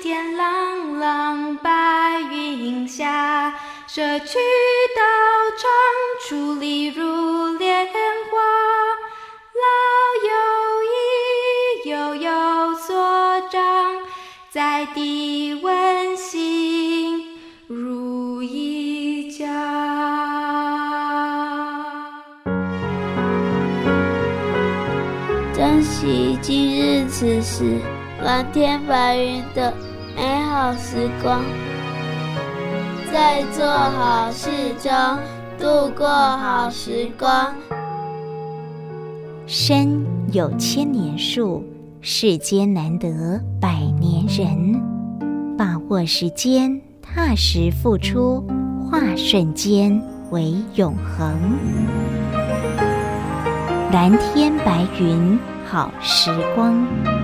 天朗朗白云下，社区道场矗立如莲花，老友谊悠有所长，在地温馨如一家。 珍惜今日此时蓝天白云的美好时光，在做好事中度过好时光。 山有千年树，世间难得百年人。把握时间，踏实付出，化瞬间为永恒。蓝天白云好时光。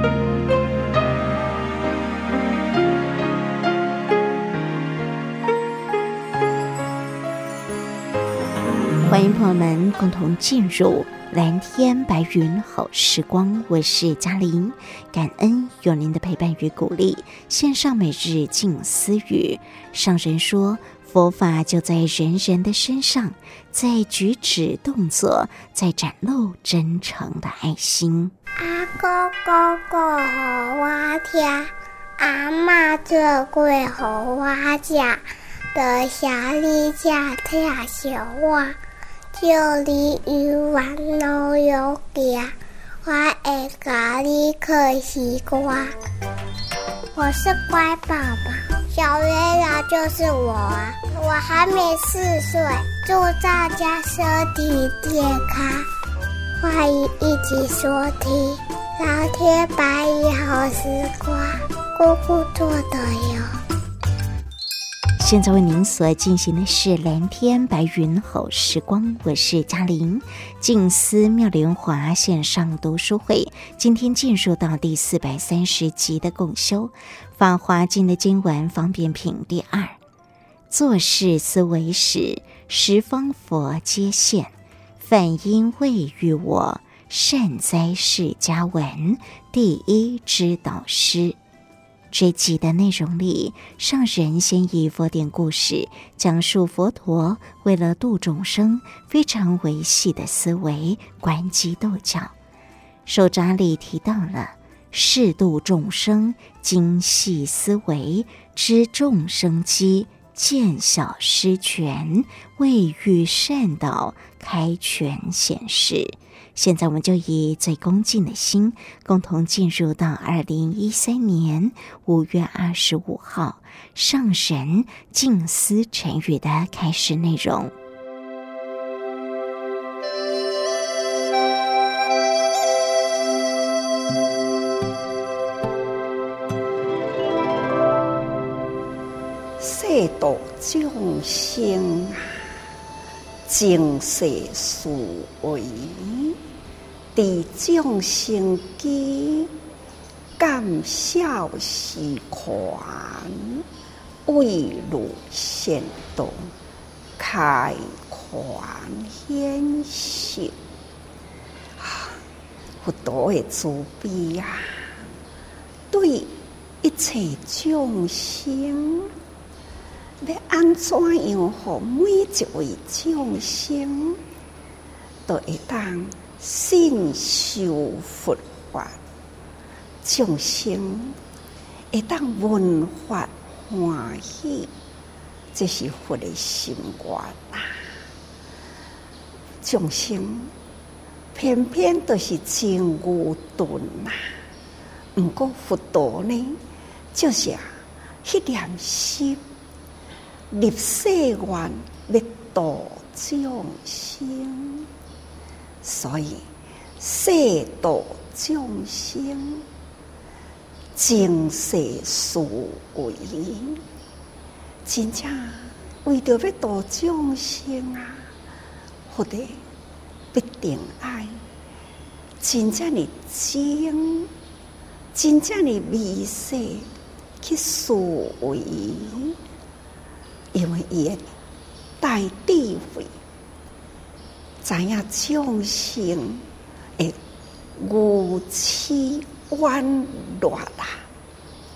欢迎朋友们共同进入蓝天白云好时光，我是嘉玲，感恩有您的陪伴与鼓励。线上每日静思语，上人说，佛法就在人人的身上，在举止动作，在展露真诚的爱心。 阿公公公给我听，阿嬷做粿给我吃，在下里吃听小我，就你鱼丸老有家，我会咖喱可西瓜。我是乖宝宝，小月亮就是我啊！我还没4岁，祝大家身体健康，欢迎一起收听蓝天白云好时光，姑姑做的哟。 现在为您所进行的是蓝天白云好时光，我是嘉玲。静思妙莲华线上读书会，今天进入到第430集的共修法华经的经文方便品第2，做事思维时，十方佛皆现，梵音未遇我，善哉释迦文第1指导师。这集的内容里，上人先以佛典故事讲述佛陀为了度众生非常维系的思维，观机斗教。手札里提到了适度众生，精细思维，知众生机，见小失权，未遇善导，开权显示。现在我们就以最恭敬的心，共同进入到2013年5月25号上人静思晨语的开始内容。 世道众生啊，净世思维，伫众生机，感笑时款，为汝先动，开权显示。佛陀的慈悲啊，对一切众生，要安怎样让每一位众生都会当信受佛法，众生会当闻法欢喜，这是佛的心愿啊！众生偏偏都是真愚钝啊！不过佛陀呢，就是迄念心，入世愿要度众生。所以世道众生，净世思维，真正为着要度众生啊，佛的必定爱，真正的精，真正的微细去思维，因为伊的大智慧。知影众生的愚痴冤劣啊，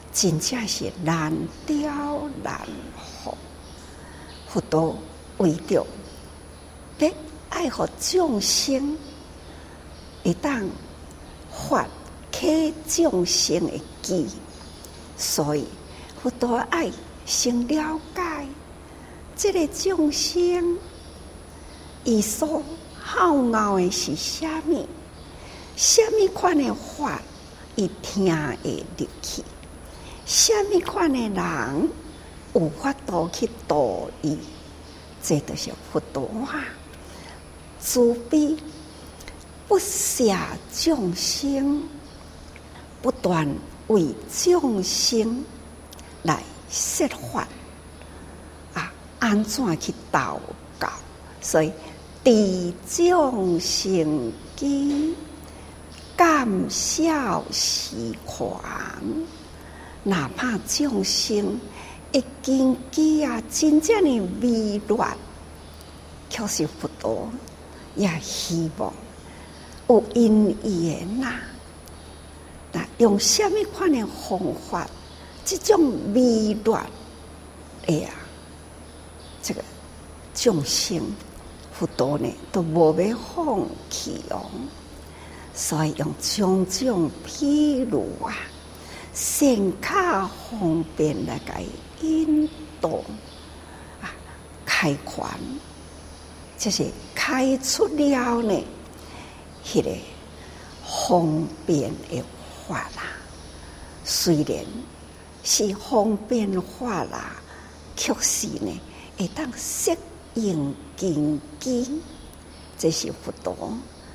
真正是难雕难琢。佛陀为着要爱护众生，会当发起众生的机，所以佛陀爱先了解这个众生，伊所好傲的是啥物？啥物款的法，伊听会入去？啥物款的人有法度去度伊？这就是佛陀啊！慈悲不舍众生，不断为众生来设法啊，安怎去祷告？所以地众生机，感笑时狂。哪怕众生一根基啊，真正的微弱，却是佛陀也希望有因缘呐。那用什么款的方法？这种微弱的啊，这个众生，佛陀呢都无要放弃哦。所以用种种譬如啊，善巧方便来个引导啊，开宽，就是开出了呢，迄个方便的法啦。虽然是方便法啦，却是呢会当适应根基。这是佛陀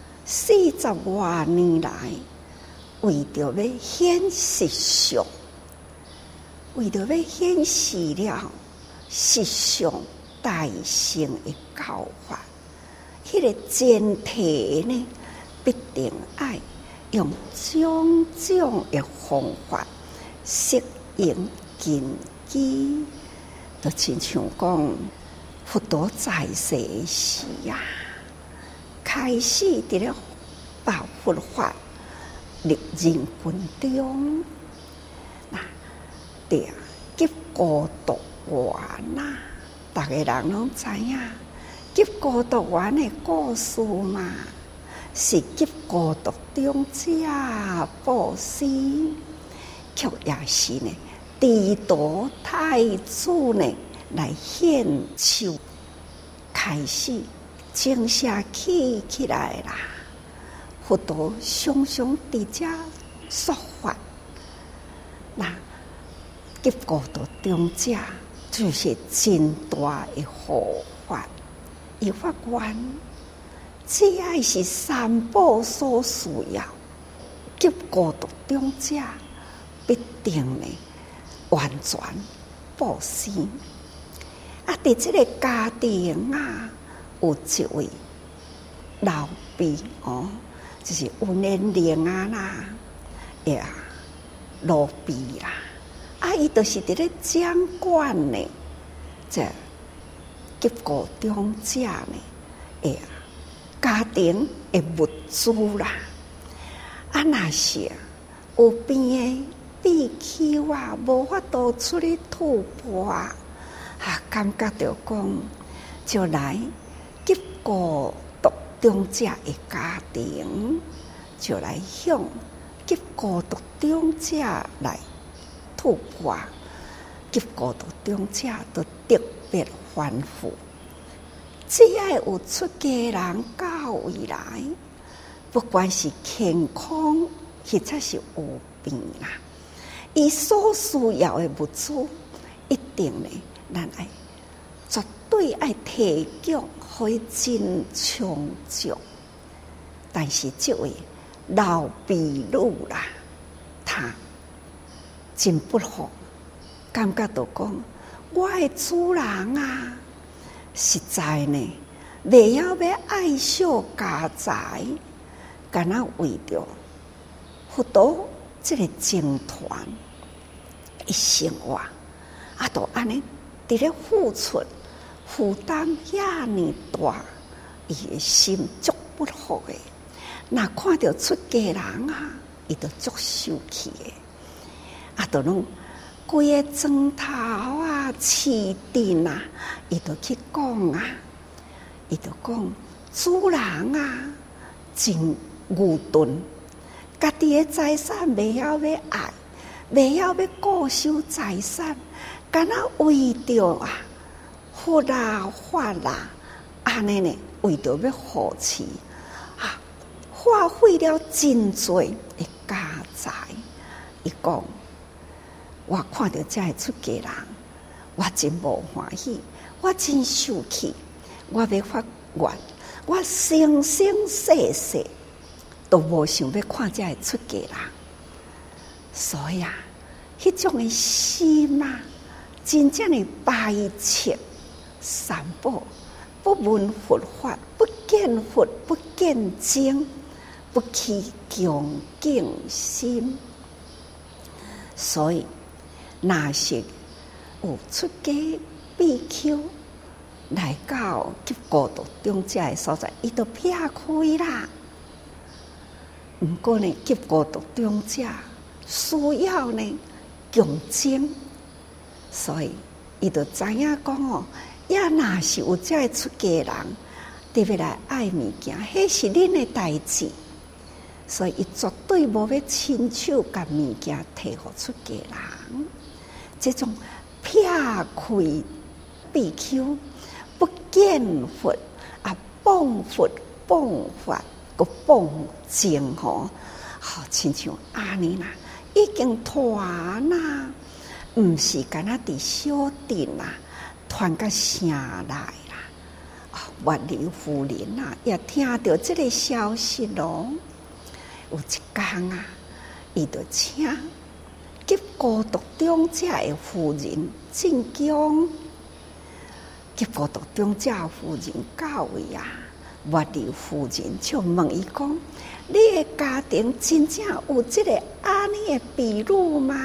40多年来，为着要显实相，为着要显示了实相大乘的教法，迄个前提呢，必定爱用种种的方法适应根基。就亲像讲，佛陀在世时啊，开始伫咧把佛法入人群中，那对啊，急孤独园呐，大家人拢知影，急孤独园的故事嘛，是急孤独中者布施，却也是呢，地土太子呢来献手，开始正式起来啦。佛陀常常伫遮说法，那急孤独中者就是真大的护法。伊发愿，只要是三宝所需要，急孤独中者必定呢完全布施。啊，伫这个家庭啊，有一位老辈哦。就是有年龄啊啦，呀，老辈啦，啊，伊就是伫咧掌管呢，这急孤中者呢，家庭的物资啦，啊，若是有边的地区啊，无法度出去突破啊，感觉到讲，就来急孤中者的家庭，就来向急孤独中者来突破，急孤独中者都特别吩咐，只要有出家人到位来，不管是健康或者是有病啊，伊所需要的物资，一定呢，咱爱绝对爱提供。会真充足，但是这位老婢女啦，她真不好，感觉到讲，我的主人啊，实在呢，未晓要爱惜家财，干那为着佛陀这个僧团一生活，啊，都安尼伫咧付出。负担遐尼大，伊的心足不好诶。那看到出家人啊，伊就足受气诶。啊，都拢规个砖头啊、市镇啊，伊就去讲啊，伊就讲主人啊，真愚钝，家己的财产袂晓要爱，袂晓要固守财产，敢若为着啊福啊法啊，安尼呢，为着要护持啊，花费了真多的家财。伊讲，我看到这个出家人，我真无欢喜，我真受气，我要发愿，我生生世世都无想要看这个出家人。所以啊，迄种的心啊，真正的排斥三宝，不闻佛法，不见佛，不见经，不起恭敬心。所以，若是有出家比丘来到吉孤独中这个所在，伊就撇开啦。毋过呢，吉孤独中这需要呢恭敬，所以伊就知影讲哦，也若是有这个出家人特别来爱物件，迄是恁的代志。所以，伊绝对无要亲手把物件摕互出家人。这种撇开比丘，不见佛啊，谤佛、谤法、个谤经吼，好亲像安尼啦，已经传啦，毋是干那伫小镇啦，传到城内啦。万里夫人啊，也听到这个消息咯。有一天啊，伊就请吉孤独中这的夫人进宫。吉孤独中这夫人到位啊，万里夫人就问伊讲：“你的家庭真正有这个安尼的秘鲁吗？”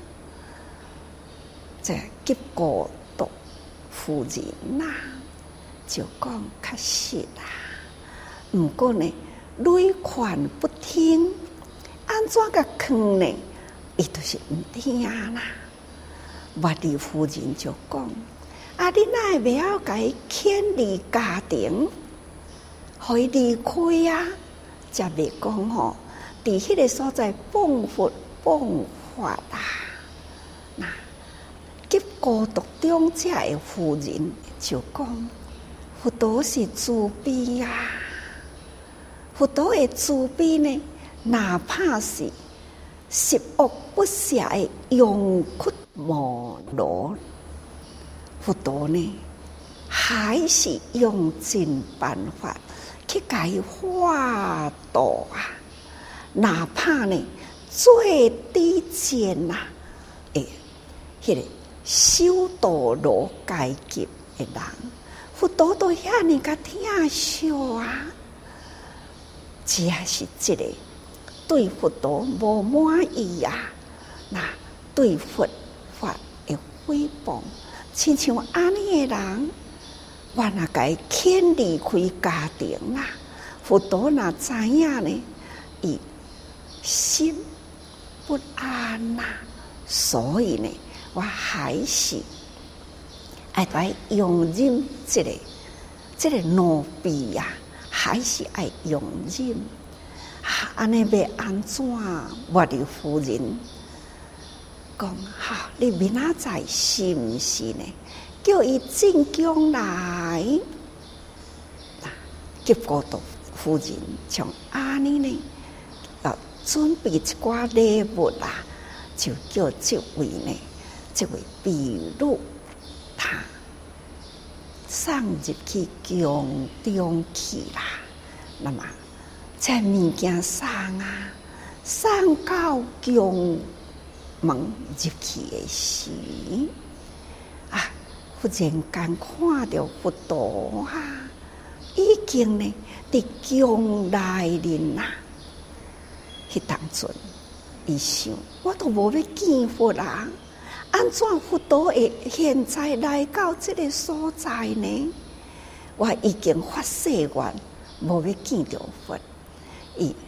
这吉孤独夫人呐，就讲确实啦。毋过呢，屡劝不听，安怎个劝呢？伊就是毋听啦。万里夫人就讲：“啊，你哪会袂晓甲伊牵离家庭，互伊离开啊？才袂讲吼，伫迄个所在谤佛谤法啦。”那吉孤独中这的夫人就讲：“佛陀是慈悲呀。”佛陀的慈悲呢，哪怕是十恶不赦的勇屈摩罗，佛陀呢，还是用尽办法去甲伊化度啊！哪怕呢最低贱呐，迄个修道罗阶级的人，佛陀都遐尼个疼惜啊！只是这个对佛陀无满意啊，那对佛法的诽谤，亲像安尼的人，我若甲伊牵离开家庭啦，佛陀若知影呢，伊心不安呐，所以呢，我还是爱来容忍这个奴婢呀。还是爱容忍啊！安尼要安怎？万里夫人讲：“哈，你明仔载是毋是呢？叫伊进宫来。”吉孤独夫人像安尼呢，准备一寡礼物啦，就叫这位婢女她送入去宫中去啦。那么，这物件送啊，送到宫门入去的时，啊，忽然间看到佛陀啊，已经呢伫宫内面啦。迄当阵，伊想，我都无要见佛啦。安怎佛陀会现在来到这个所在呢？我已经发誓愿，无要见到佛。伊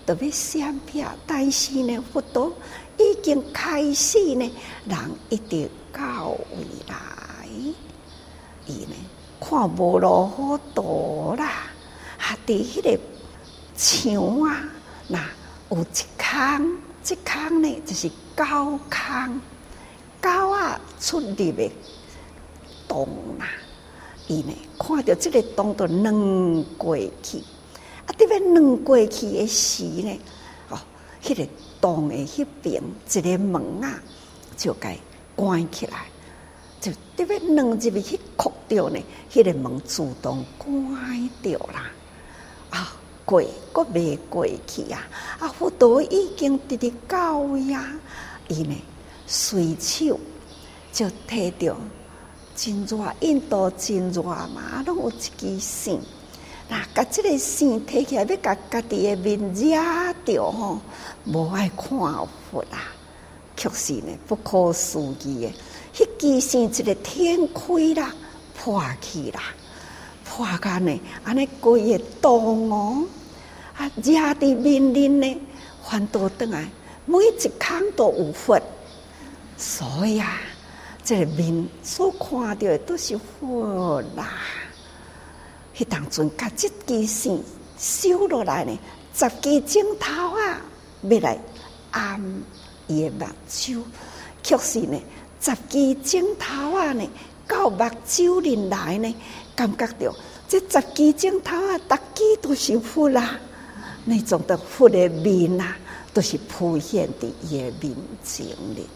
特别闪避，但是呢，佛陀已经开始呢，人一直到位来，伊呢看无路好渡啦，伫迄个墙啊，那有一坑，这坑呢就是狗坑，狗啊出入的洞啦，伊呢看到这个洞就软过去。伫要软过去的时呢，迄个洞的迄边一个门啊，就该关起来，就伫要软入去去扩掉呢，迄个门自动关掉啦。过阁未过去啊！佛陀已经直直到位啊，伊呢随手就摕着真热，印度真热嘛，拢有一支线。甲这个线摕起来，要甲家己的面惹着吼，无爱看佛啦。确实呢，不可思议的，迄支线一个天开啦，破去啦，破甲呢，安尼规个洞哦，惹伫面临呢，翻倒转来，每一空都有佛，所以这个面所看到的都是佛啦。迄当阵，甲这支线收落来呢，10支镜头要来按伊的目睭，确实呢，10支镜头呢到目睭里来呢，感觉到这10支镜头逐支都是佛啦，那种的佛的面都是浮现伫伊的面前里，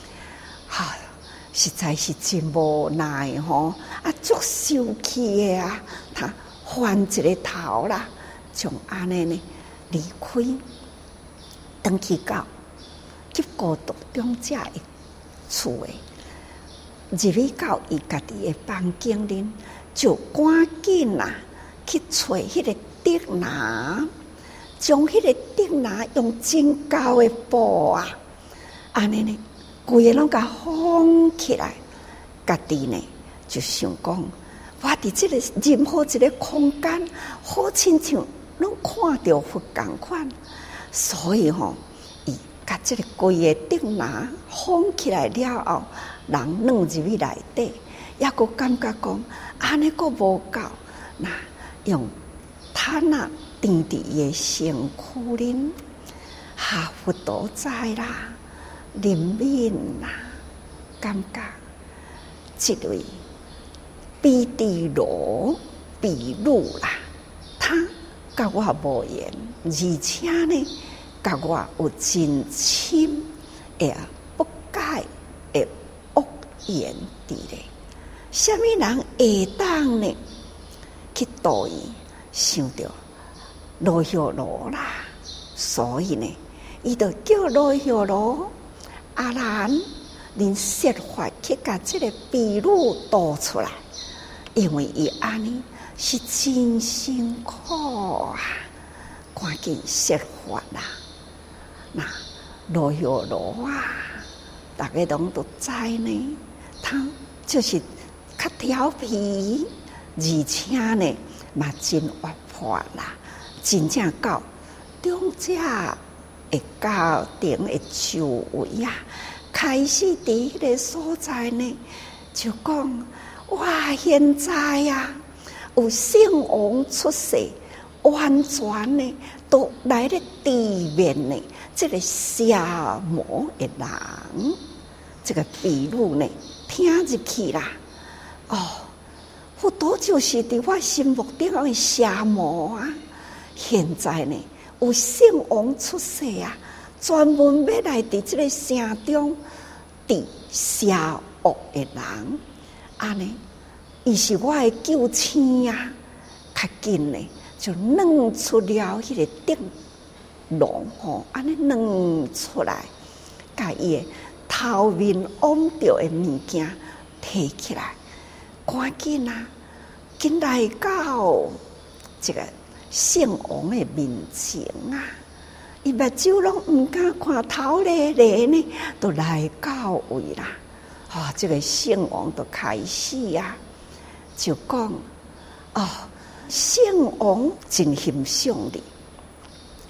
实在是真无奈吼，足受气的他翻一个头啦，从安尼呢离开，登去到结果独中者的厝诶，入去到伊家己的房间里，就赶紧去找迄个竹篮，将迄个竹篮用真厚的布安尼呢。规个拢甲封起来，家己呢就想讲，我伫这个任何一个空间，好亲像拢看到佛同款，所以伊甲这个规个竹篮封起来了后，人软入去内底，也佫感觉讲，安尼佫无够，那用毯垫伫伊的身躯里，佛陀知啦。林面感觉这位比地罗比路啦，他甲我无缘，而且呢，甲我有真深的不解的恶缘伫咧。什么人会当呢去度伊？想到罗修罗啦，所以呢，伊就叫罗修罗。阿兰，恁设法去甲这个秘鲁导出来，因为伊安尼是真辛苦赶紧设法啦。那罗有罗大家拢都知呢，他就是较调皮，而且呢嘛真活泼啦，真正到中者。会到顶的周围开始伫迄个所在呢，就讲哇，现在有圣王出世，完全呢都来咧地面呢，这个邪魔的人，这个秘鲁呢听入去啦，佛陀就是伫我心目顶的邪魔现在呢。有圣王出世专门要来伫这个城中治邪恶的人，安尼，伊是我的救星较紧呢，就弄出了迄个灯笼安尼弄出来，甲伊的头面往着的物件摕起来，赶紧紧来到这个。圣王的面前伊目睭拢毋敢看，头咧咧呢，都来到位啦。这个圣王就开始就讲圣王真欣赏你，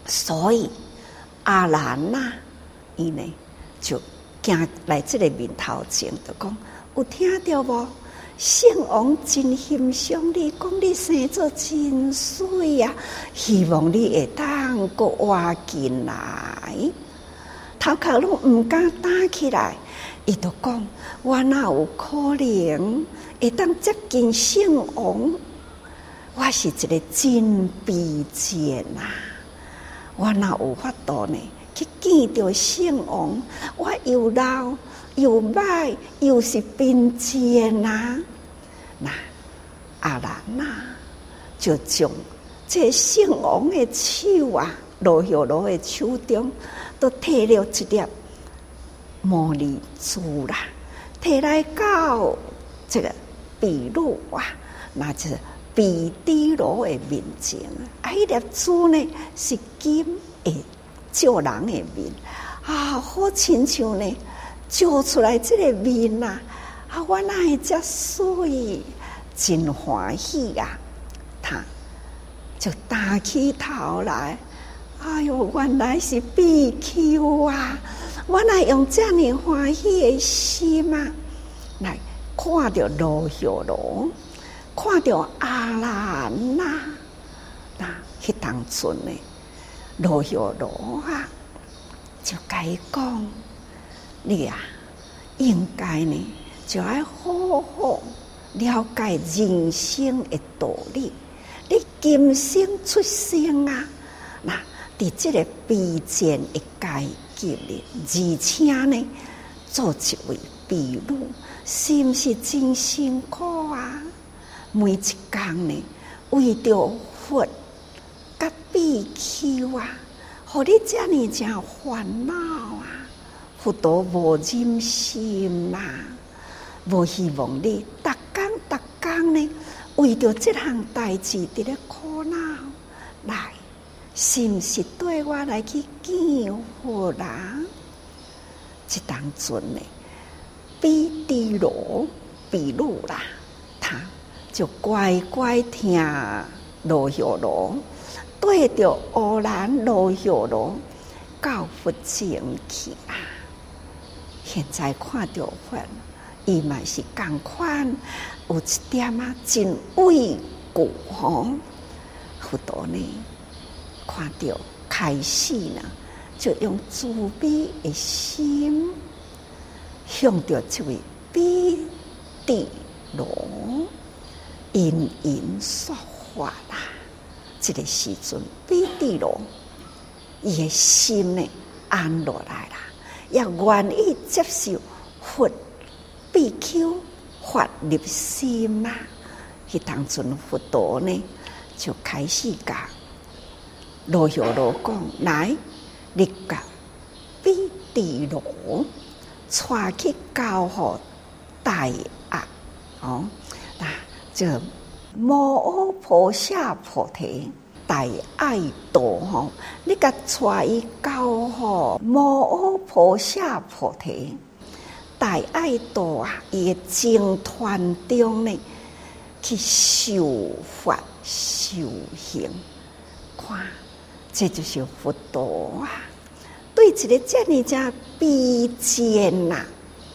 所以阿难呐，伊呢就行来这个面头前，就讲有听到无？圣王真欣赏你，讲你生做真水啊！希望你会当个活进来。头壳拢唔敢打起来，伊就讲：我哪有可能会当接近圣王？我是一个真卑贱啊！我哪有法度呢？去见到圣王？我又老又歹，又是贫贱啊！那阿难啊，就将这圣王的手啊，罗煜罗的手中，都摕了一粒摩尼珠啦，摕来到这个毗卢啊，那就是毗毗罗的面前啊。迄粒珠呢是金的，照人的面啊，好亲像呢照出来这个面啊。啊！我哪会遮水，真欢喜啊！他就打起头来，哎哟，原来是比丘啊！我哪用这样欢喜的心啊，来看到罗煜罗，看到阿难呐，那迄当阵呢，罗煜罗啊，就甲伊讲：你啊，应该呢。就要好好了解人生的道理。你今生出生啊，那伫这个卑贱的阶级里，而且呢，做一位毗卢，是不是真辛苦啊？每一天呢，为着佛甲比丘啊，互你这样真烦恼啊，佛都无忍心啦。无希望你逐工呢，为着这项代志伫咧苦恼来，是不是对我来去见佛啦？这当阵呢，毗毗卢啦，他就乖乖听罗煜罗，对着乌兰罗煜罗到佛前去啊！现在看到佛。伊嘛是共款，有一点啊真畏惧吼。佛陀呢，看到开始呢，就用慈悲的心，向着这位毗毗卢殷殷说法啦。这个时阵，毗毗卢伊的心呢安落来啦，也愿意接受佛。比丘发入心啦，迄当阵佛陀呢就开始教罗煜罗讲：来，你甲毗毗卢带去教互大阿哦，那这摩诃菩萨菩提大爱道吼，你甲带伊教互摩诃菩萨菩提。大爱道啊，伊的僧团中呢，去修法修行，看，这就是佛陀啊！对一个这样的卑贱呐，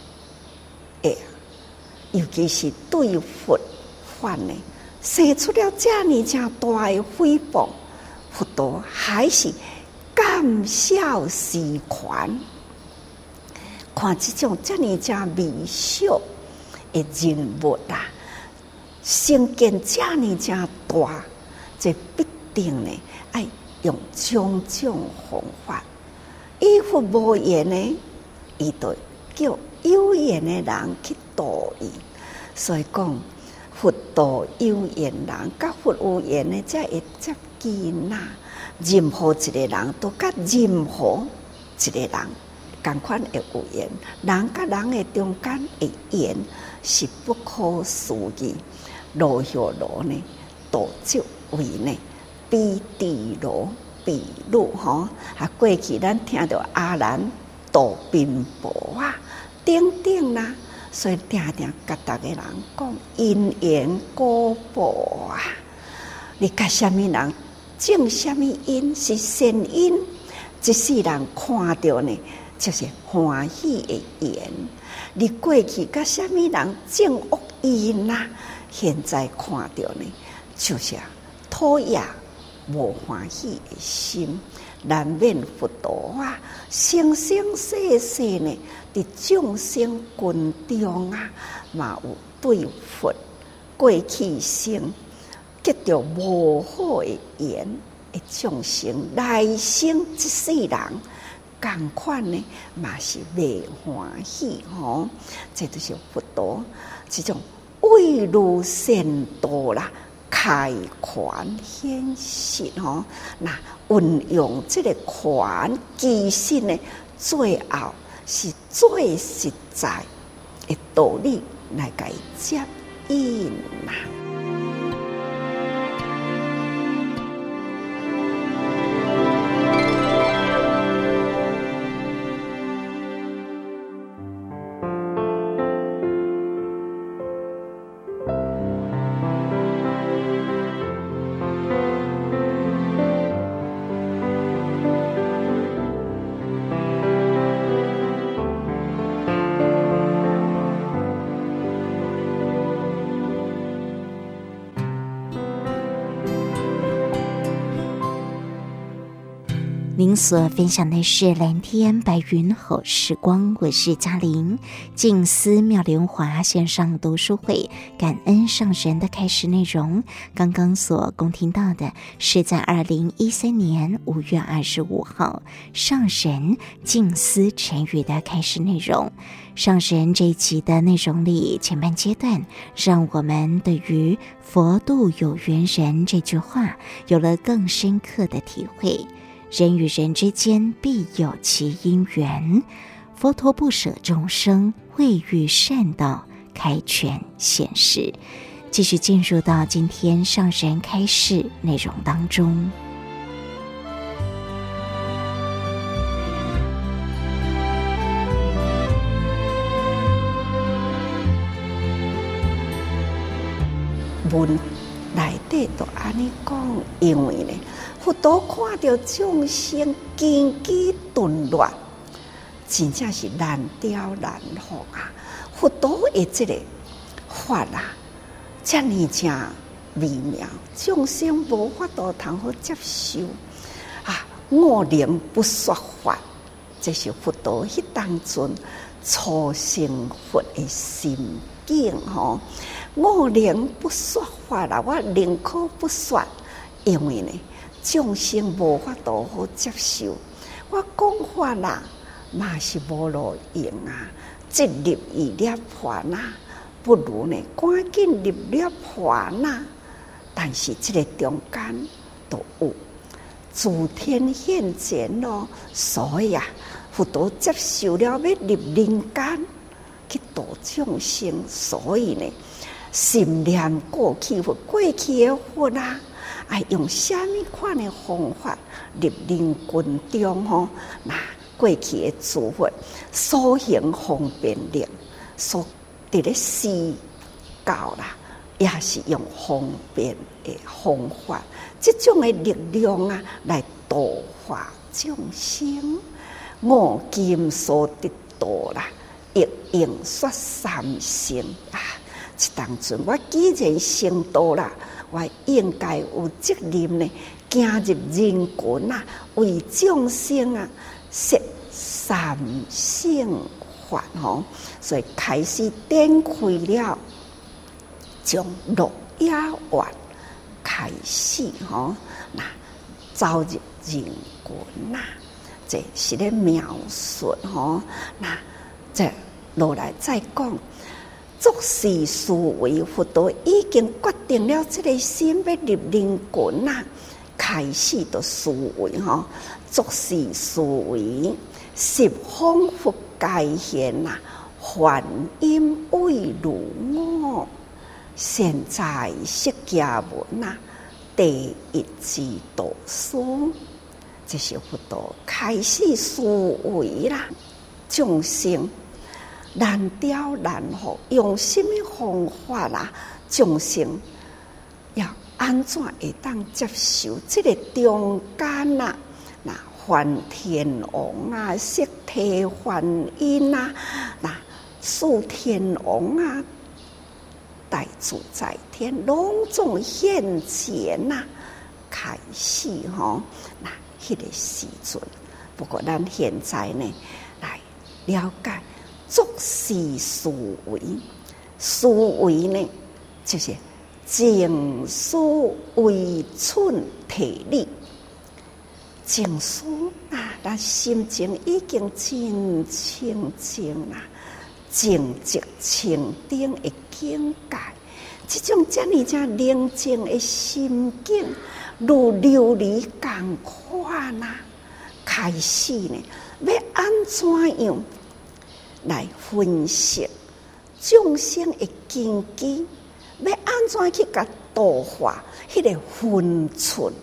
尤其是对佛法呢，生出了这样大的诽谤，佛陀还是甘笑施权。看这种这样真微小的人物啦，成见这样真大，这必定呢爱用种种方法。伊佛无言呢，伊就叫有缘的人去度伊。所以讲，佛度有缘人，甲佛有缘的才会接近呐。任何一个人都甲任何一个人。同款的有缘，人甲人的中间的缘是不可思议。罗煜罗呢，度这位呢，毗毗卢毗卢吼，啊，过去咱听到阿难度宾婆啊，等等啦，所以定定甲逐个人讲因缘果报啊，你甲什么人种什么因是善因，一世人看到呢，就是欢喜的缘。你过去甲什么人种恶因啦，现在看到呢，就是讨厌无欢喜的心。难免佛陀啊，生生世世呢，伫众生群中啊，嘛有对佛过去生结着无好的缘的众生，来生一世人同款呢，嘛是未欢喜吼。这就是佛陀这种为如善道啦，开权显实吼。那运用这个权，其实呢，最后是最实在的道理来甲伊接引啦。 您所分享的是蓝天白云好时光，我是嘉玲。静思妙莲华线上读书会感恩上人的开示内容，刚刚所恭听到的是在2013年5月25号上人静思晨语的开示内容。上人这一集的内容里，前半阶段让我们对于佛度有缘人这句话有了更深刻的体会。人与人之间必有其因缘，佛陀不舍众生，为欲善道，开权显示。继续进入到今天上人开示内容当中。 文内底都安尼讲，因为呢，佛陀看到众生根基顿乱，真正是难调难服啊！佛陀的这个法啊，这么正微妙，众生无法度通好接受啊！我灵不说法，这是佛陀迄当阵初成佛的心境吼。我灵不说法啦，我宁可不说，因为呢，众生无法度好接受。我讲法啦，嘛是无路用啊，即入一粒破呐，不如呢赶紧入粒破呐。但是这个中间都有诸天现前咯，所以啊，佛陀接受了要入人间去度众生，所以呢。心念过去佛，过去的佛啊，爱用什么款的方法入人群中吼？那过去的诸佛所行方便力，所得的施教啦，也是用方便的方法，这种的力量啊，来度化众生。我今所得度啦，亦应说三乘啊。当阵我既然成道啦，我应该有责任呢，行入人群啊，为众生啊说三乘法吼，所以开始展开了，从落野苑开始吼，那走入人群呐，这是咧描述吼，那这落来再讲。作事思维，佛陀已经决定了这个心要入人群啊，开始就思维吼，作事思维，十方佛界现啊，梵音为如我，现在释迦文啊，第一之导师，这是佛陀开始思维啦，众生。难调难服，用什么方法啦？众生要安怎会当接受这个中间啊？那梵天王啊，释提梵音啊，那释天王啊，大自在天隆重现前呐，开始那迄个时阵。不过咱现在呢，来了解作事思维，思维呢就是静思为寸体力。静思啊，咱心情已经真清净啦，静寂清定的境界，这种这么正宁静的心境，如琉璃同款啊！开始呢，要安怎样来分析众生的根基？要安怎去甲度化迄个分寸？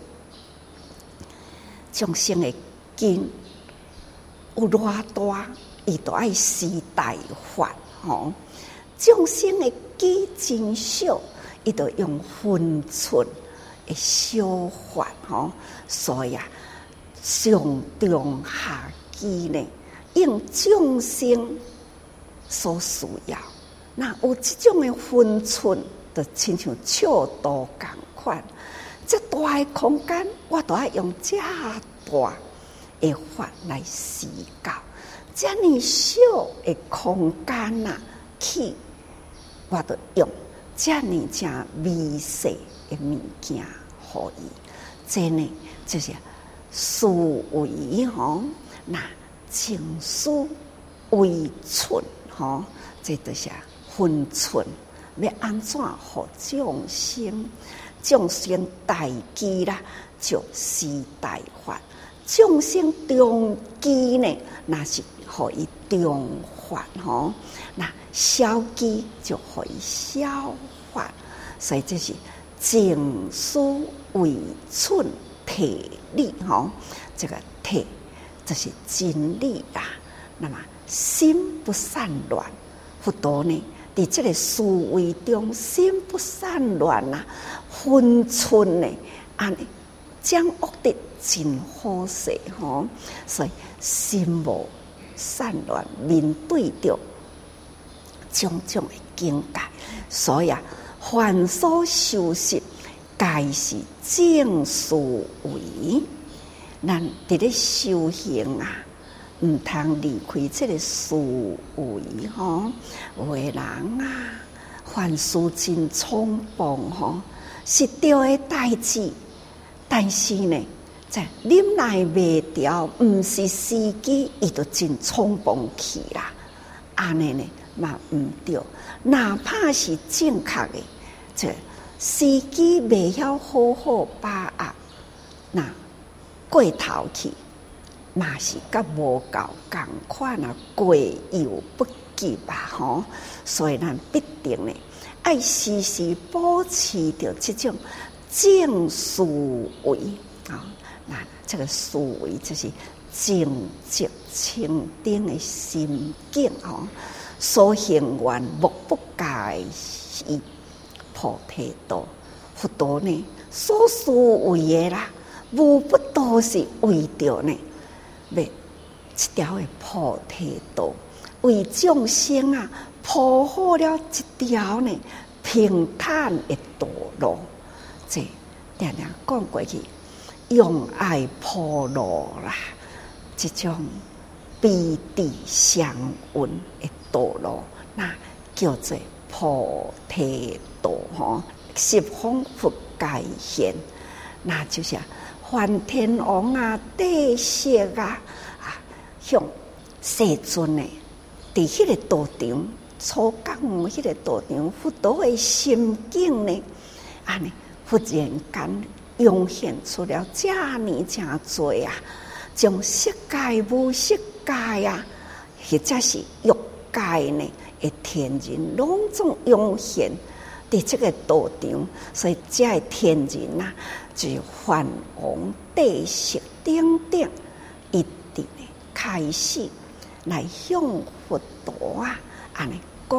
众生的根有偌大，伊都爱施大法吼。众生的基真少，伊都用分寸的小法吼。所以啊，上中下基呢，用众生所需要。那有这种的分寸，就亲像笑道同款。这大的空间，我都要用这大的法来思考。这么小的空间啊，去我都用这么正微细的物件，可以。这呢就是思维吼，那静思为寸吼，这就是分寸。要安怎互众生？众生大基啦，就施大法；众生中基呢，那是互伊中法吼。那小基就互伊小法。所以这是静思为寸体力吼。这个体就是真理啦。那么心不散乱，佛陀呢？伫这个思维中，心不散乱啊，分寸呢，安尼掌握得真好势吼。所以心无散乱，面对着种种的境界，所以啊，凡所修习，皆是正思维。咱伫咧修行啊。唔通离开这个思维吼，有的人啊，凡事真匆忙吼，是对的代志，但是呢，在忍耐袂调，唔是时机，伊就真匆忙去啦。安尼呢，嘛唔对，哪怕是正确的，这时机袂晓好好把握，那过头去。嘛是甲无够共款啊，过犹不及啊吼！所以咱必定呢，爱时时保持着这种正思维啊。那这个思维就是静寂清定的心境哦。所行愿目不界是菩提道，佛陀呢所思维的啦，无不都是为着呢。要一条的菩提道，为众生啊铺好了一条呢平坦的道路。这常常讲过去，用爱铺路啦，这种彼地相闻的道路，那叫做菩提道吼。十方佛界现，那就是梵天王啊，地色啊，向世尊呢，伫迄个道场，初讲迄个道场，佛陀的心境呢，安尼忽然间涌现出了这么真多啊，将色界、无色界啊，或者是欲界呢，的天人拢总涌现伫这个道场，所以这个天人啊。就是梵王地色等等，一直开始来向佛陀啊，安尼讲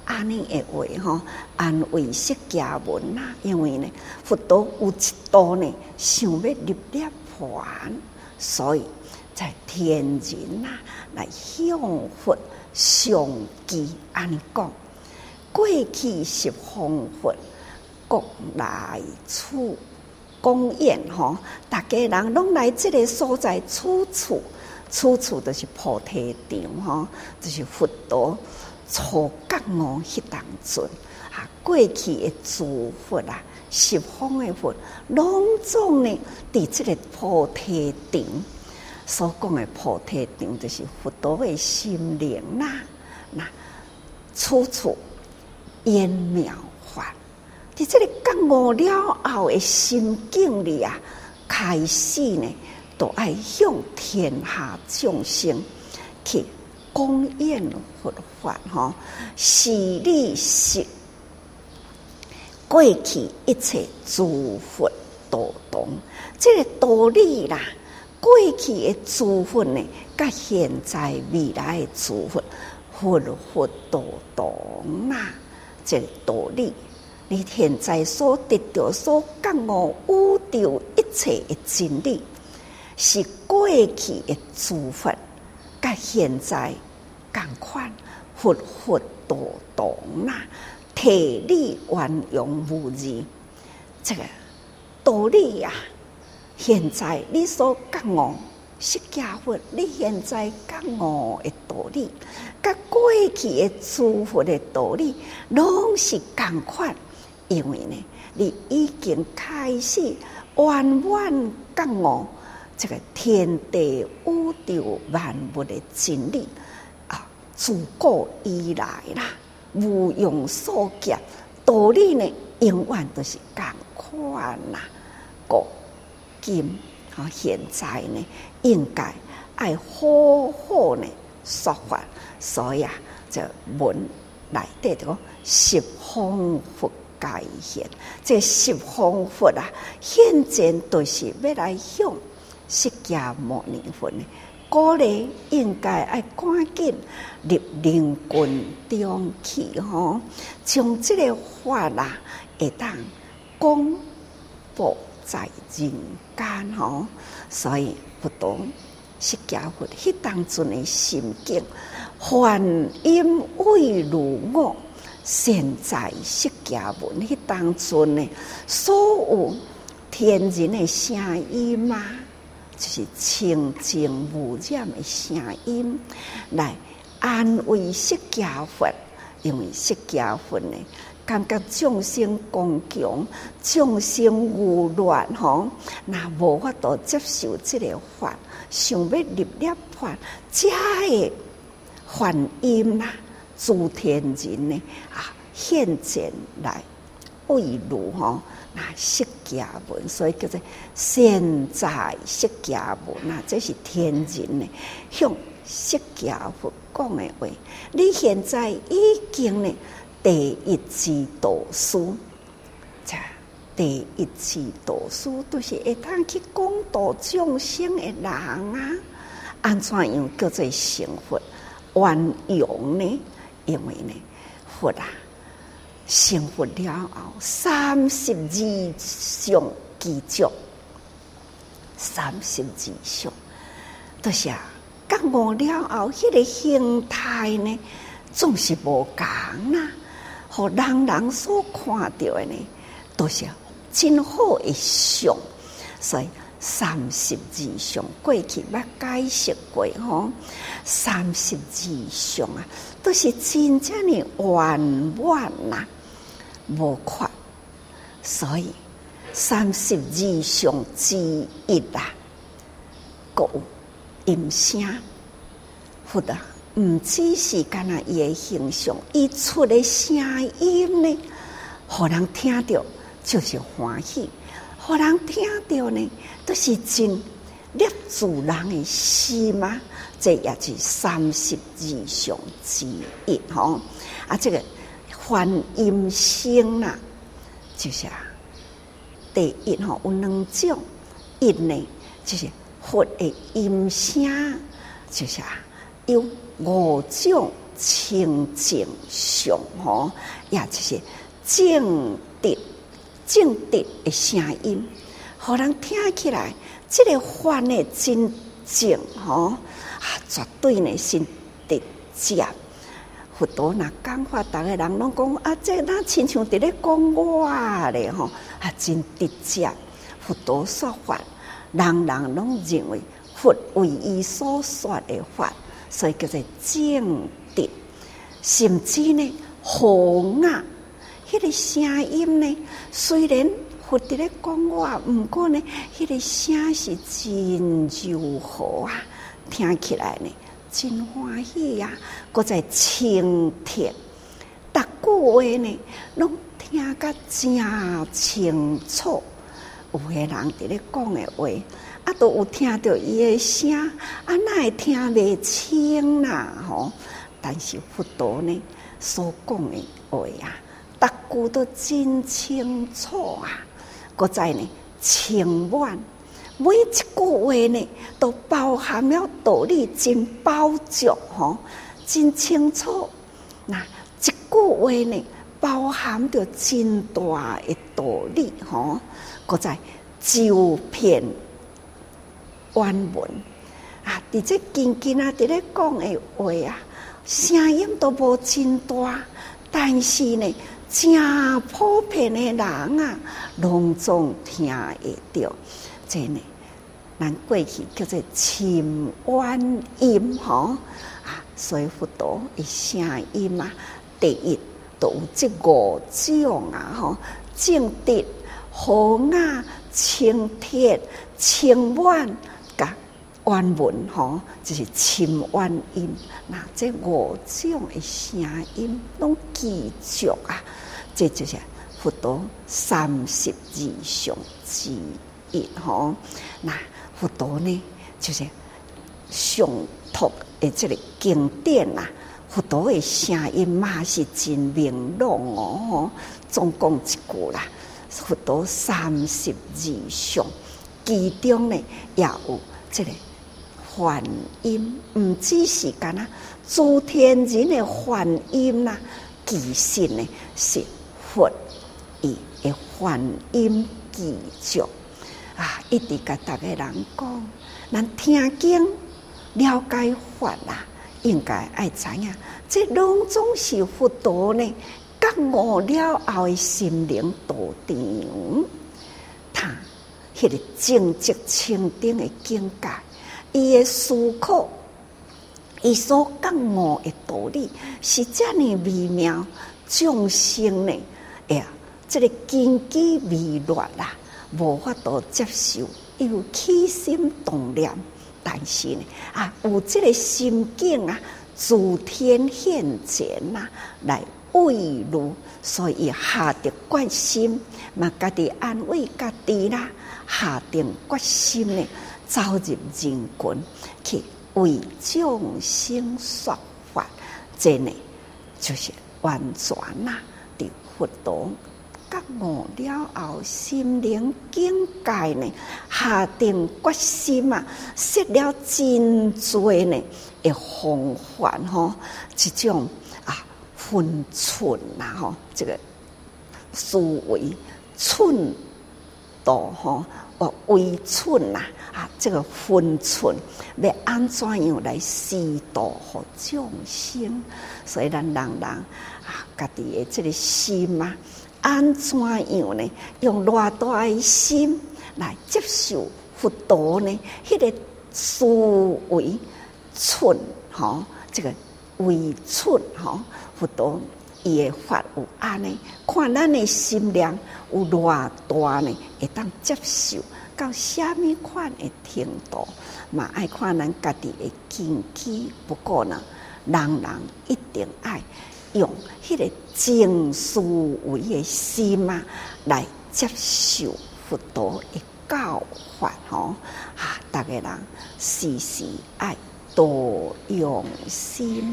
安尼的话吼，安慰释迦文啦。因为呢，佛陀有一度呢，想要入涅槃，所以在天人啦来向佛上祭。安尼讲，过去十方佛，各来处公演吼，大家人拢来这个所在处处。处处都是菩提场吼，就是佛陀初觉悟迄当阵啊，过去的诸佛啊，十方的佛，拢总呢伫这个菩提场所讲的菩提场，就是佛陀的心灵啦。那处处圆妙法，伫这个觉悟了后的心境里啊，开始呢。都爱向天下众生去讲演佛法吼，是理是过去一切诸佛道同，这个道理啦。过去的诸佛呢，甲现在未来的诸佛，佛道同啦。这个道理，你现在所得到、所觉悟、悟到一切的真理。是过去的诸佛，甲现在同款，佛道同啦，体理圆融无异。这个道理啊，现在你所觉悟释迦佛，你现在觉悟的道理，甲过去的诸佛的道理，拢是同款。因为呢，你已经开始圆满觉悟。这个天地宇宙万物的真理啊，自古以来啦，无用所见道理呢，永远都是同款啦。古今啊，现在呢，应该爱好好呢说法，所以啊，这文内底讲十方佛界现，这十方佛啊，现前都是要来向。释迦牟尼佛呢，鼓励应该爱赶紧入灵群中去吼，将这个法啦会当广布在人间吼。所以不懂释迦佛迄当阵的心境，梵音为如我，现在释迦文迄当阵呢，所有天人的声音啊。就是清净无染的声音，来安慰释迦佛，因为释迦佛呢，感觉众生刚强，众生有乱吼，那无法度接受这个法，想要入涅槃，才会梵音啦，诸天人呢啊现前来慰如吼。那释迦文，所以叫做现在释迦文啊，这是天人呢向释迦佛讲的话。你现在已经呢第一次导师，第一次导师都是会当去讲道众生的人啊。安怎样叫做成佛圆融呢？因为呢，佛啊。成佛了后，32相具足，32相，都是啊，觉悟了后，迄个形态呢，总是无共啦。互人所看到的呢，都是真好的相。所以32相过去捌解释过吼，32相啊，都是真正的圆满呐。无缺，所以32相之一啦，各有音声。佛啊，唔只是干那伊的形象，伊出的声音呢，互人听到就是欢喜，互人听到呢，都是真摄住人的心嘛。这也是32相之一吼啊，这个。梵音声啦，就是第一吼有两种，一呢就是佛的音声，就是有5种清净相吼，也就是正直的声音，互人听起来，这个法呢真正吼绝对呢是直接。佛陀若讲法，逐个人拢讲啊，这那亲像伫咧讲我咧吼，真直接。佛陀说法，人人拢认为佛为伊所说的法，所以叫做正直。甚至呢，和雅，迄个声音呢，虽然佛伫咧讲我，毋过呢，迄个声是真柔和啊，听起来呢。真欢喜呀！搁在清甜，逐句话呢，拢听甲真清楚。有个人伫咧讲的话，都有听到伊的声，哪会听袂清啦？吼！但是佛陀呢所讲的话逐句都真清楚啊！搁在呢清满。每一句话呢，都包含了道理，真饱足吼，真清楚。那一句话呢，包含着真大的道理吼。搁在周遍原文伫这近近伫咧讲的话声音都无真大，但是呢，真普遍的人拢总听会到。这呢，咱过去叫做深远音吼所以佛陀的声音第一都有这五种吼，正直、和雅、清铁、清远甲原文吼，就是深远音。那这五种的声音拢记住这就是佛陀32相之一吼。那佛陀呢，就是上托的这个经典佛陀的声音嘛是真明朗吼。总讲一句啦，佛陀32相，其中呢也有这个梵音，唔只是干诸天人的梵音其实呢是佛伊的梵音记住。一直甲逐个人讲，咱听经了解法应该爱知影，这拢总是佛陀呢觉悟了后的心灵道场，他迄个正直清净的境界，伊的思考，伊所觉悟的道理是这么微妙，众生呢，这个根基微弱无法度接受，又起心动念，但是呢，有这个心境诸天现前来慰劳，所以下定决心，家己安慰家己下定决心呢，走入人群去为众生说法，这呢就是完全伫佛陀觉悟了后，心灵境界呢，下定决心设了真多呢的方法这种分寸这个思维寸度微寸这个分寸要安怎样来示度给众生？所以咱人家己的这个心安怎样呢？用偌大的心来接受佛陀呢？迄个思维寸这个微寸佛陀伊的法有安尼，看咱的心量有偌大呢，会当接受到虾米款的程度，爱看咱家己的根基。不过呢，人一定爱用迄个正思维的心来接受佛陀的教法大家人时时爱多用心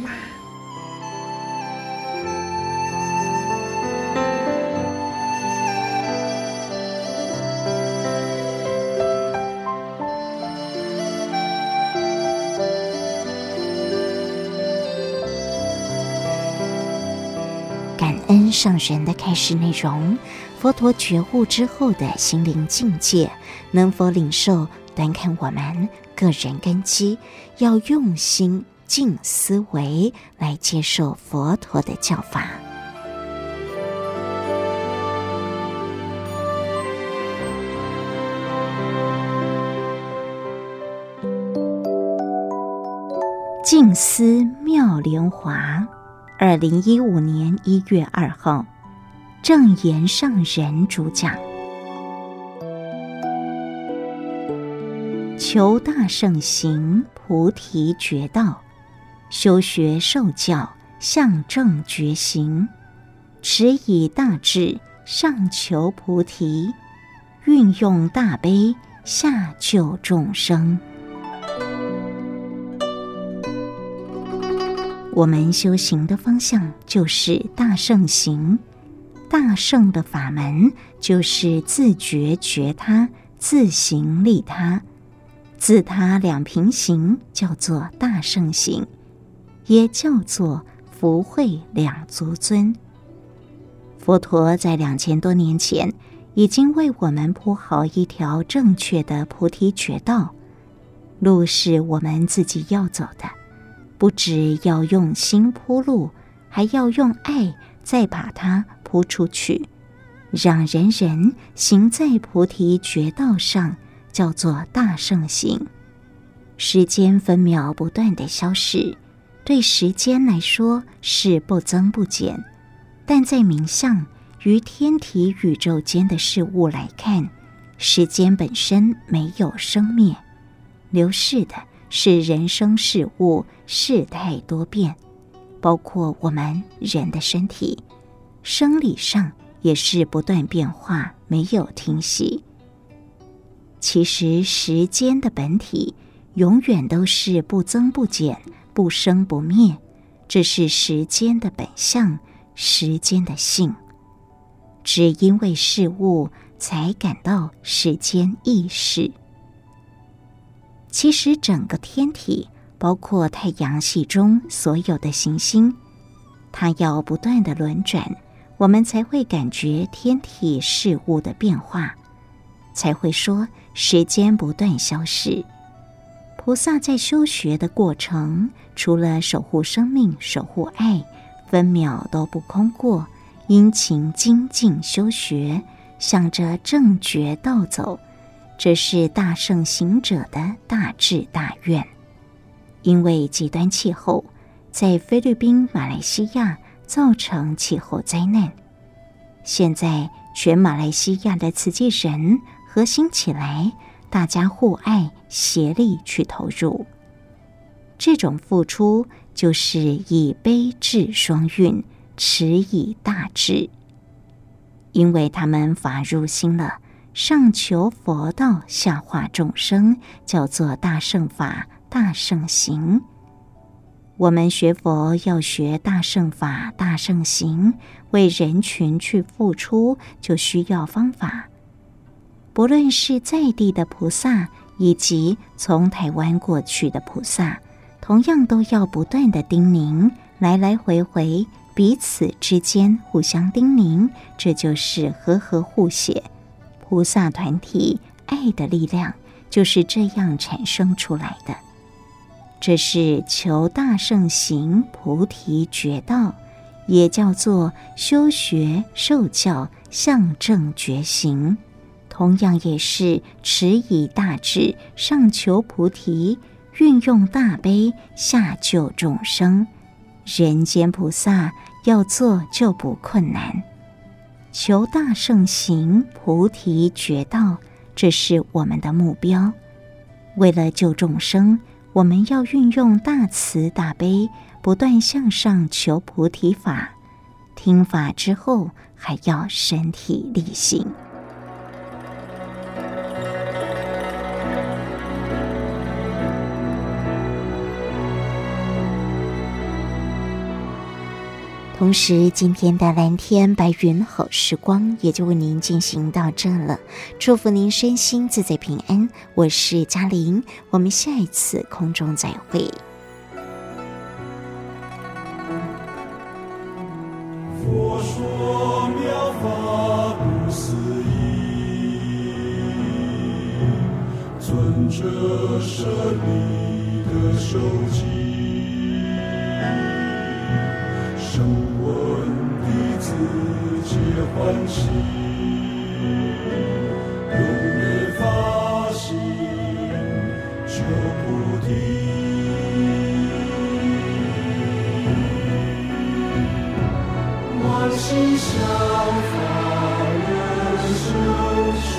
感恩上人的开示内容，佛陀觉悟之后的心灵境界，能否领受，端看我们个人根基，要用心静思维来接受佛陀的教法。静思妙莲华，2015年1月2号，正言上人主讲。求大圣行，菩提觉道，修学受教，向正觉行，持以大智，上求菩提，运用大悲，下救众生。我们修行的方向就是大圣行，大圣的法门就是自觉觉他，自行利他，自他两平行，叫做大圣行，也叫做福慧两足尊。佛陀在2000多年前已经为我们铺好一条正确的菩提觉道，路是我们自己要走的，不只要用心铺路，还要用爱再把它铺出去，让人人行在菩提觉道上，叫做大圣行。时间分秒不断的消逝，对时间来说是不增不减，但在冥相于天体宇宙间的事物来看，时间本身没有生灭，流逝的是人生事物，事态多变，包括我们人的身体，生理上也是不断变化，没有停息。其实时间的本体永远都是不增不减，不生不灭，这是时间的本相，时间的性。只因为事物才感到时间易逝。其实整个天体，包括太阳系中所有的行星，它要不断的轮转，我们才会感觉天体事物的变化，才会说时间不断消逝。菩萨在修学的过程，除了守护生命、守护爱，分秒都不空过，殷勤精进修学，向着正觉道走，这是大圣行者的大志大愿。因为极端气候在菲律宾、马来西亚造成气候灾难，现在全马来西亚的慈济人合心起来，大家互爱协力去投入。这种付出就是以悲智双运，持以大智。因为他们法入心了，上求佛道，下化众生，叫做大圣法、大圣行。我们学佛要学大圣法、大圣行，为人群去付出，就需要方法。不论是在地的菩萨，以及从台湾过去的菩萨，同样都要不断的叮咛，来来回回，彼此之间互相叮咛，这就是和合互写。菩萨团体爱的力量就是这样产生出来的。这是求大圣行菩提觉道，也叫做修学受教向正觉行，同样也是持以大智，上求菩提，运用大悲，下救众生。人间菩萨要做就不困难。求大圣行菩提觉道，这是我们的目标。为了救众生，我们要运用大慈大悲，不断向上求菩提法。听法之后，还要身体力行。同时，今天的蓝天白云好时光也就为您进行到这了。祝福您身心自在平安，我是嘉玲，我们下一次空中再会。 佛说妙法不思议，尊者舍利的受记，声闻弟子皆欢喜，踊跃发心求菩提。万心效法人修持，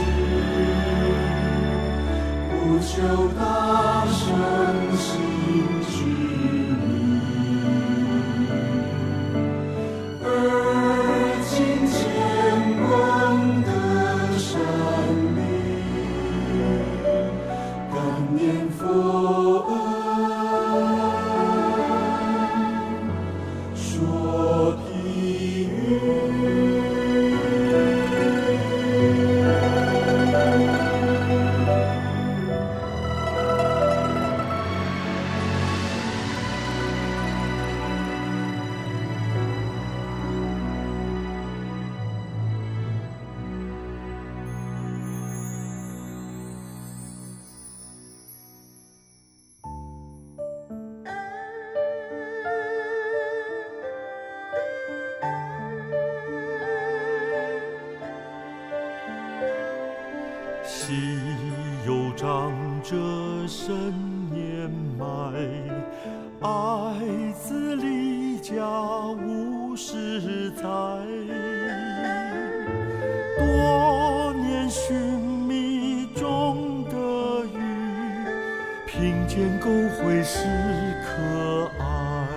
不求大圣心之名，而今见闻得善利，感念佛恩，说体语。 昔有长者深年迈，爱子离家无实在，多年寻觅中得遇，贫贱苟会是可爱。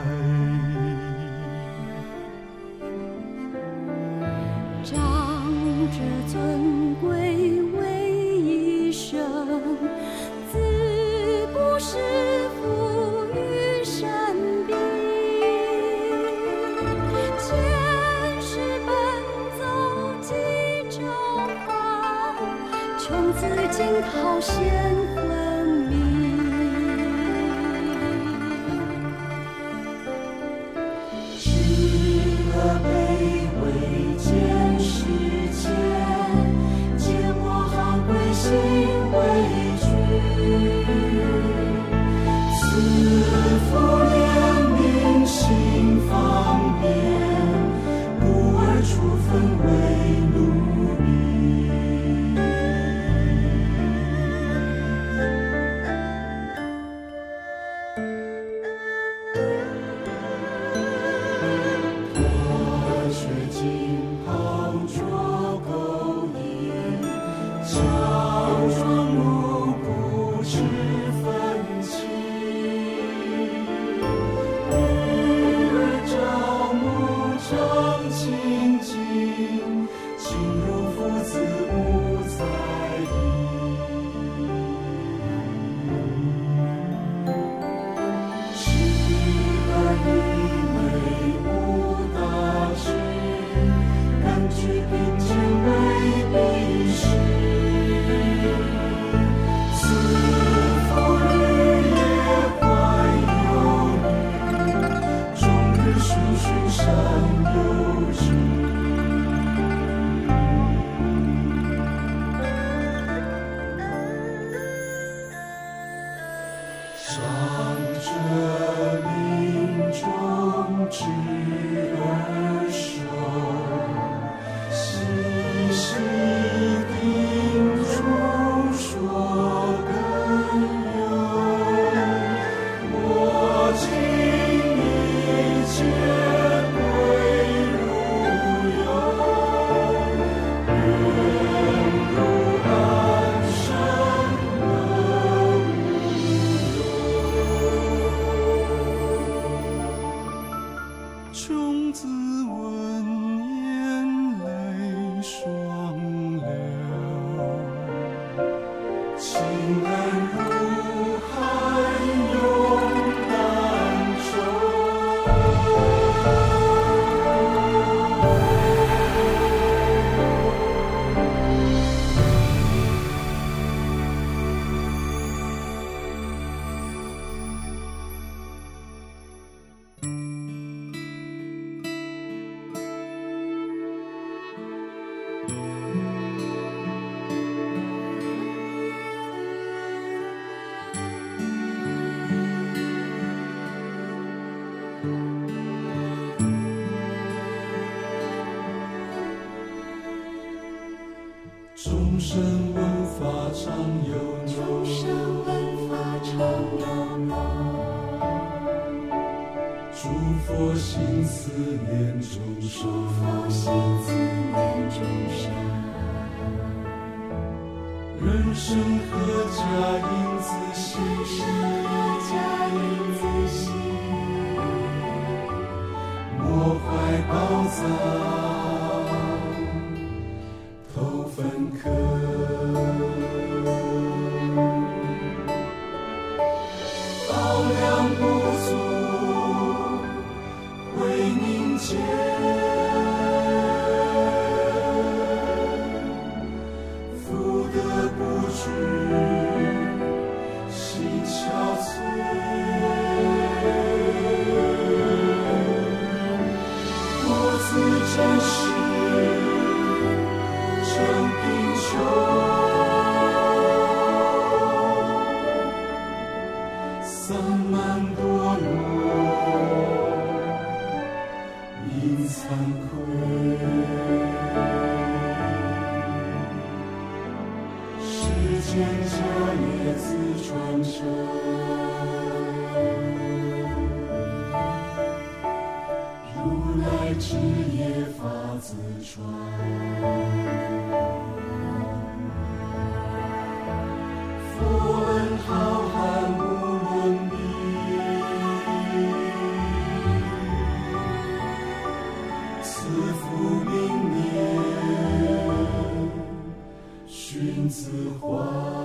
长者尊贵自不是富于山壁，前世奔走几州华，穷自今讨仙昏迷。 知了卑微见世间，见我行归心为赐福怜悯心方便，故而处分为奴婢。我却今好捉钩引，强壮无不知分歧，女儿朝暮常清净，心如父子无猜疑。时而愚昧无大智，根据贫贱为必失。善有知，长者临终知而守，息事定处说根由，我今一切种子闻眼泪双流，情恩如海永难收。 众生闻法常有众生闻法常有漏， 诸佛心思念众生， 佛心思念众生。 人生何家应自惜， 人生何家应自惜， 莫怀宝藏偷分科。宝量不足为凝结，福德不具心憔悴。我自真实真贫穷，散漫堕落因惭愧，世间家业自传承，如来之业法自传。佛恩浩瀚无伦比，慈父明年，君子怀。